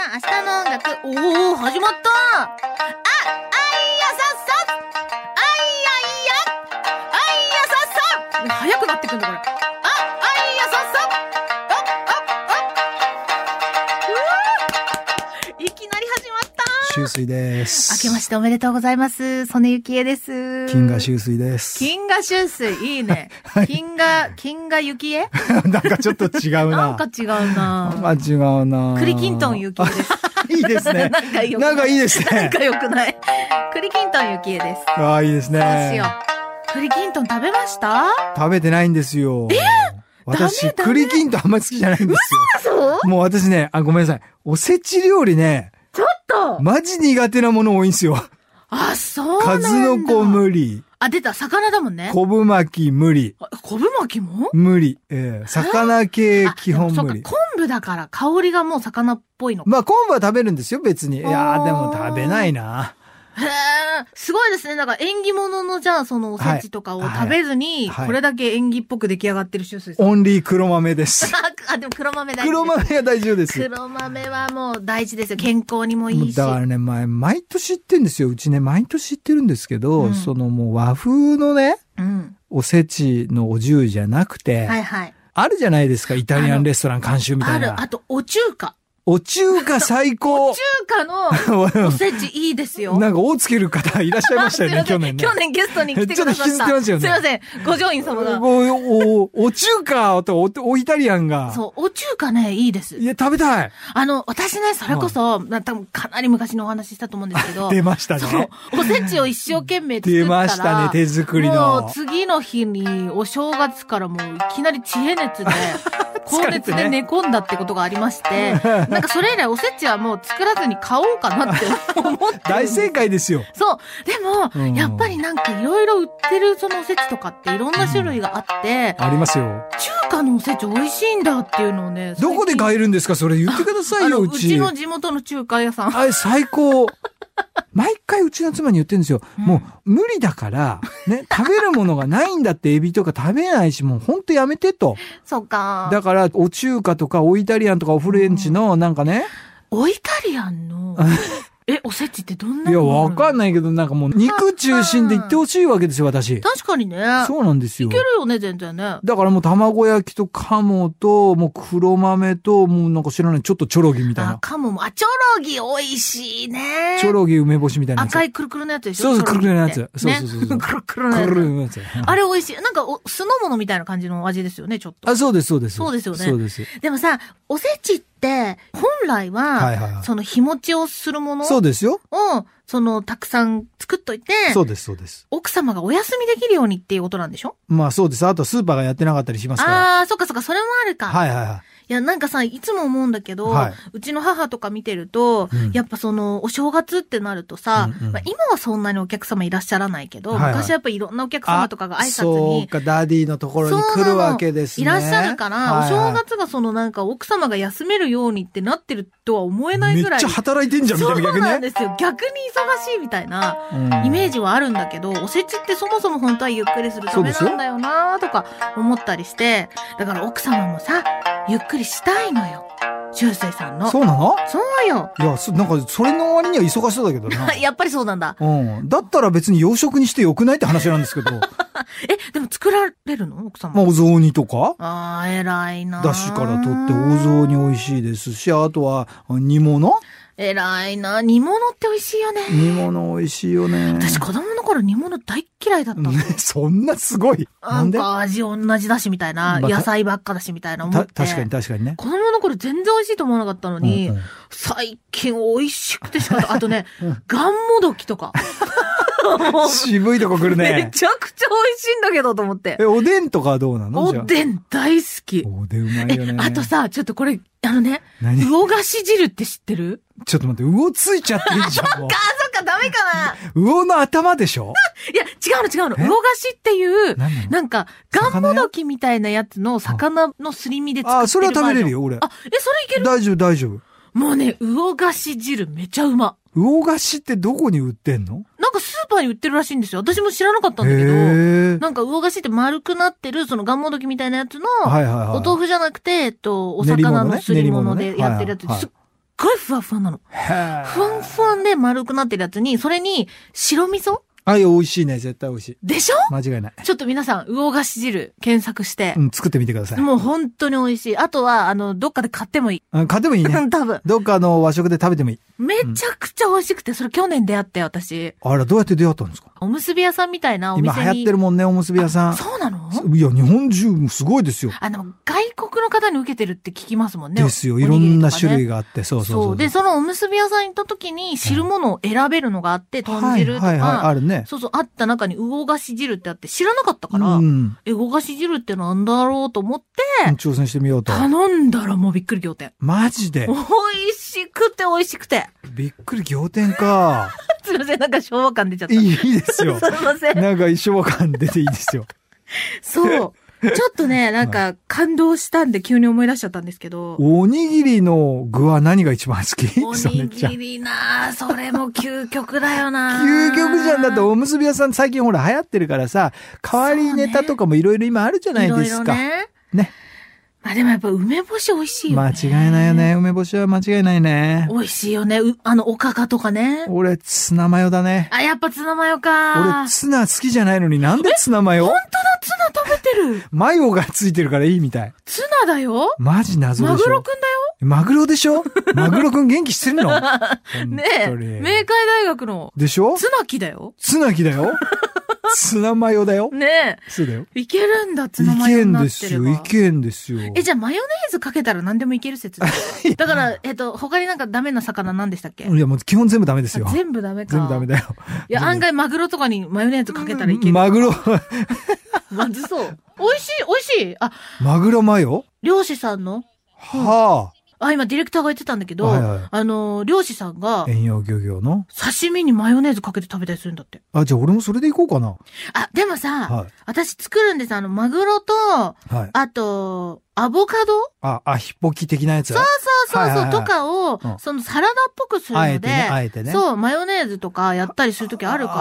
明日の音楽。おお、始まった。あいやさっさ。あいやいや。あいやさっさ。早くなってくんだこれ。あいやさっさ。いきなり始まった。 秋水です。 明けましておめでとうございます。曽根ゆきえです。 金河秋水です。 金河秋水、いいね。はい、金河ゆきえなんかちょっと違うな。 なんか違うな。 まあ違うな。 栗きんとんゆきえです。 いいですね。なんかいいですね。 なんか良くない。栗きんとんゆきえです。 ああ、いいですね。 そうしよう。栗きんとん食べました？ 食べてないんですよ。私、栗きんとんあんまり好きじゃないんですよ。 嘘？ もう私ね、ごめんなさい。おせち料理ね。 ちょっとマジ苦手なもの多いんですよ。 あ、そうなんだ。 数の子無理。 あ、出た。魚だもんね。 昆布巻き無理。 昆布巻きも無理。魚系基本無理。 そうか、昆布だから香りがもう魚っぽいのか。 まあ昆布は食べるんですよ、別に。いやー、でも食べないな。 へー、すごいですね。だから縁起物のじゃあそのおせちとかを食べずに、これだけ縁起っぽく出来上がってる秋水さん。 オンリー黒豆です。 あ、でも黒豆大事です。 黒豆が大事です。 黒豆はもう大事ですよ。健康にもいいし。 だからね、毎年言ってんですよ。うちね、毎年言ってるんですけど、そのもう和風のね、おせちのお重じゃなくて、 はいはい。 あるじゃないですか、イタリアンレストラン監修みたいな。 あと、お中華。 お中華最高。 お中華のおせちいいですよ。 なんか、おつける方いらっしゃいましたよね、去年ね。 去年ゲストに来てくださった。 ちょっと引きずってますよね。 すいません。ご上院様が。 お中華とおイタリアンが。 そう、お中華ね、いいです。 いや、食べたい。 私ね、それこそ、多分かなり昔のお話したと思うんですけど。 出ましたね。 そう。おせちを一生懸命作ったら。 出ましたね、手作りの。 もう次の日に、お正月からもういきなり知恵熱で、高熱で寝込んだってことがありまして、なんかそれ以来おせちはもう作らずに買おうかなって思って。 大正解ですよ。 そう。でも、やっぱりなんかいろいろ売ってるそのおせちとかっていろんな種類があって、 ありますよ。 中華のおせち美味しいんだっていうのをね。 どこで買えるんですかそれ言ってくださいよ、 うちの地元の中華屋さん。 あれ最高。毎回うちの妻に言ってるんですよ。もう無理だから、ね、食べるものがないんだってエビとか食べないし、もうほんとやめてと。 そうか。 だから、お中華とかおイタリアンとかおフレンチのなんかね。 おイタリアンのおせちってどんなの？ いや、わかんないけど、なんかもう肉中心で言ってほしいわけですよ、私。 確かにね。 そうなんですよ。 いけるよね、全然ね。 だからもう卵焼きと鴨と、もう黒豆と、もうなんか知らない、ちょっとチョロギみたいな。 鴨も、チョロギ美味しいね。 チョロギ梅干しみたいなやつ。 赤いくるくるのやつでしょ？ そう、くるくるのやつ。そう。 くるくるのやつ。あれ美味しい。なんか、酢の物みたいな感じの味ですよね、ちょっと。 そうです。 そうですよね。 そうです。 でもさ、おせちって、本来は、その日持ちをするもの。 そうですよ。 たくさん作っといて。 そうです。 奥様がお休みできるようにっていうことなんでしょ？ まあそうです。あとスーパーがやってなかったりしますから。 ああ、そっか、それもあるか。 はい。 いや、なんかさ、いつも思うんだけど、うちの母とか見てると、やっぱお正月ってなるとさ、今はそんなにお客様いらっしゃらないけど、昔はやっぱいろんなお客様とかが挨拶に。 そうか、ダディのところに来るわけですね。 いらっしゃるから、お正月がなんか奥様が休めるようにってなってるとは思えないぐらい。 めっちゃ働いてんじゃん、みたいな逆にね。 そうなんですよ。逆に忙しいみたいなイメージはあるんだけど、おせちってそもそも本当はゆっくりするためなんだよなとか思ったりして、だから奥様もさ、ゆっくりしたいのよ。秋水さんの。 そうなの？ そうよ。 いや、なんか、それの割には忙しそうだけどな。 やっぱりそうなんだ。 だったら別に洋食にしてよくないって話なんですけど。 でも作られるの奥様？ まあ、お雑煮とか。 ああ、偉いな。 だしから取ってお雑煮美味しいですし、あとは煮物？ 偉いな。煮物って美味しいよね。 煮物美味しいよね。 私子供の頃煮物大嫌いだったの。 そんなすごい。 なんか味同じだしみたいな、野菜ばっかだしみたいな思って。 確かにね。 子供の頃全然美味しいと思わなかったのに、最近美味しくてしかた。あとね、がんもどきとか。 渋いとこ来るね。 めちゃくちゃ美味しいんだけどと思って。 おでんとかはどうなの？ おでん大好き。 おでんうまいよね。 あとさ、ちょっとこれ、魚菓子汁って知ってる？ ちょっと待って、魚ついちゃってるじゃん。 そっか、ダメかな。 魚の頭でしょ？ いや、違うの。魚菓子っていう、なんか、がんもどきみたいなやつの魚のすり身で作ってるバージョン。 それは食べれるよ、俺。 それいける？ 大丈夫。 もうね、魚菓子汁めちゃうま。 魚菓子ってどこに売ってんの？ なんかスーパーに売ってるらしいんですよ。私も知らなかったんだけど、なんか魚菓子って丸くなってる、そのがんもどきみたいなやつの、お豆腐じゃなくて、お魚のすり物でやってるやつですっごいふわふわなの。ふわんふわんで丸くなってるやつに、それに白味噌あ、いや、美味しいね。絶対美味しい。 でしょ？ 間違いない。 ちょっと皆さん、魚菓子汁検索して。 うん、作ってみてください。 もう本当に美味しい。あとは、どっかで買ってもいい。 買ってもいいね。 多分。 どっかの和食で食べてもいい。 めちゃくちゃ美味しくて、それ去年出会って私。 あら、どうやって出会ったんですか？ おむすび屋さんみたいなお店に。 今流行ってるもんね、おむすび屋さん。 そうなの？ いや、日本中すごいですよ。 外国の方に受けてるって聞きますもんね。 ですよ。いろんな種類があって、そう。 で、そのおむすび屋さん行った時に汁物を選べるのがあって、豚汁とか。 あるね。 そう、あった中に魚菓子汁ってあって知らなかったから、魚菓子汁ってなんだろうと思って、 挑戦してみようと。 頼んだらもうびっくり仰天。 マジで？ 美味しくて美味しくて。 びっくり仰天か。 すいません、なんか昭和感出ちゃった。 いいですよ。 すいません。 なんか昭和感出ていいですよ。 そう。ちょっとね、なんか感動したんで急に思い出しちゃったんですけど。 おにぎりの具は何が一番好き？ おにぎりなぁ。それも究極だよなぁ。究極じゃん。だっておむすび屋さん最近ほら流行ってるからさ、代わりネタとかもいろいろ今あるじゃないですか。ね。 まあでもやっぱ梅干し美味しいよね。 間違いないよね。梅干しは間違いないね。 美味しいよね。おかかとかね。 俺、ツナマヨだね。 あ、やっぱツナマヨか。 俺、ツナ好きじゃないのになんでツナマヨ？ 本当だ、ツナ食べてる。 マヨがついてるからいいみたい。 ツナだよ。 マジ謎でしょ。 マグロくんだよ。 マグロでしょ？マグロくん元気してるの？ ねえ。明海大学の。 でしょ？ ツナキだよ。 ツナキだよ。ツナマヨだよ。 ねえ。 そうだよ。 いけるんだ、ツナマヨになってれば。 いけんですよ。 じゃあマヨネーズかけたら何でもいける説だから、他になんかダメな魚なんでしたっけ？ いや、もう基本全部ダメですよ。 全部ダメか。 全部ダメだよ。 いや、案外マグロとかにマヨネーズかけたらいける。 マグロ。 まずそう。美味しい。あ、 マグロマヨ？ 漁師さんの？ はあ。 今ディレクターが言ってたんだけど、漁師さんが、 遠洋漁業の刺身にマヨネーズかけて食べたりするんだって。 あ、じゃあ俺もそれでいこうかな。 でもさ、私作るんです。マグロと、あと、アボカド？ アヒポキ的なやつ？ そうとかを、そのサラダっぽくするので、 あえてね。 そう、マヨネーズとかやったりするときあるから、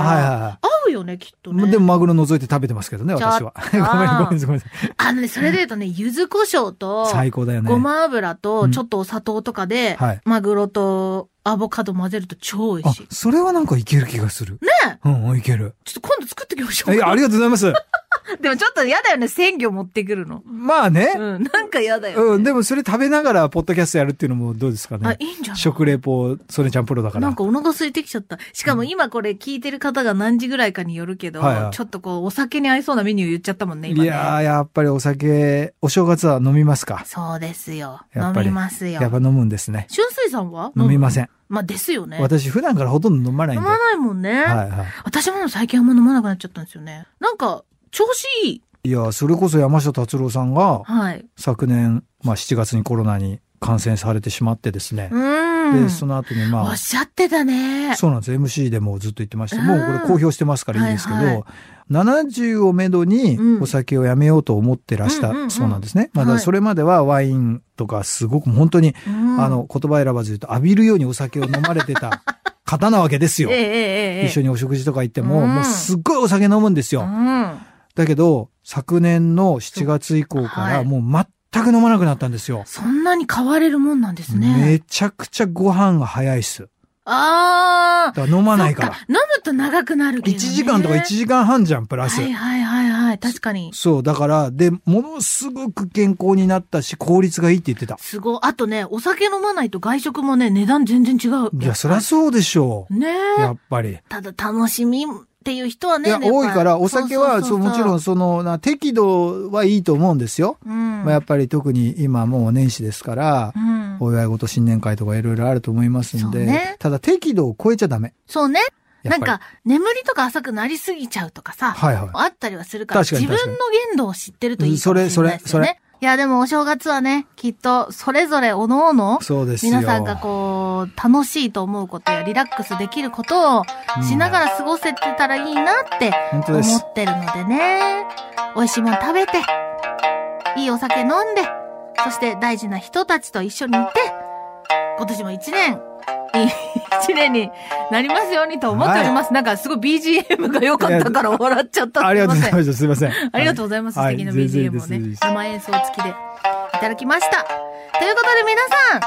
合うよね、きっとね。 でもマグロ除いて食べてますけどね、私は。ごめんなさい。 それで言うとね、柚子胡椒と、 最高だよね。 ごま油と、ちょっとお砂糖とかで、マグロとアボカド混ぜると超美味しい。 それはなんかいける気がする。 ねえ。いける。 ちょっと今度作ってきましょう。 ありがとうございます。 でもちょっと嫌だよね、鮮魚持ってくるの。 まあね。 なんか嫌だよね。 でもそれ食べながらポッドキャストやるっていうのもどうですかね。 いいんじゃない？ 食レポ、ソネちゃんプロだから。 なんかお腹空いてきちゃった。しかも今これ聞いてる方が何時ぐらいかによるけど、ちょっとお酒に合いそうなメニュー言っちゃったもんね、今ね。 いやー、やっぱりお酒、お正月は飲みますか？ そうですよ。飲みますよ。 やっぱ飲むんですね。 春水さんは？ 飲みません。 ですよね。 私普段からほとんど飲まないんで。 飲まないもんね。私も最近あんま飲まなくなっちゃったんですよね。なんか、調子いい。 いや、それこそ山下達郎さんが、昨年、7月にコロナに感染されてしまってですね。で、その後におっしゃってたね。 そうなんです。MC でもずっと言ってました。もうこれ公表してますからいいですけど、70をめどにお酒をやめようと思ってらしたそうなんですね。まだそれまではワインとかすごく本当に、言葉選ばず言うと浴びるようにお酒を飲まれてた方なわけですよ。一緒にお食事とか行っても、もうすっごいお酒飲むんですよ。だけど、昨年の7月以降からもう全く飲まなくなったんですよ。 そんなに変われるもんなんですね。 めちゃくちゃご飯が早いっす。だから飲まないから。 飲むと長くなるけどね。 1時間とか1時間半じゃん、プラス。 確かに。 そう、だから、で、ものすごく健康になったし、効率がいいって言ってた。 すごい。あとね、お酒飲まないと外食もね、値段全然違う。 いや、そりゃそうでしょう。 ねえ。 やっぱり。 ただ楽しみっていう人はね。 いや、多いから、お酒は、もちろん、適度はいいと思うんですよ。やっぱり特に今もう年始ですから、お祝い事新年会とかいろいろあると思いますんで、ただ適度を超えちゃダメ。 そうね。なんか、眠りとか浅くなりすぎちゃうとかさ、あったりはするから、自分の限度を知ってるといいかもしれないですよね。いや、でもお正月はね、きっと、それぞれおのおの、皆さんが楽しいと思うことやリラックスできることをしながら過ごせてたらいいなって思ってるのでね、美味しいもの食べて、いいお酒飲んで、そして大事な人たちと一緒にいて、今年も一年になりますようにと思っております。なんかすごい BGM が良かったから笑っちゃった。 ありがとうございました。すいません。 ありがとうございます。素敵な BGM をね、生演奏付きでいただきました。ということで皆さん、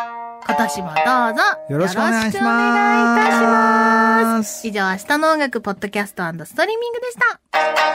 今年もどうぞよろしくお願いします。 よろしくお願いいたします。以上、明日の音楽ポッドキャスト&ストリーミングでした。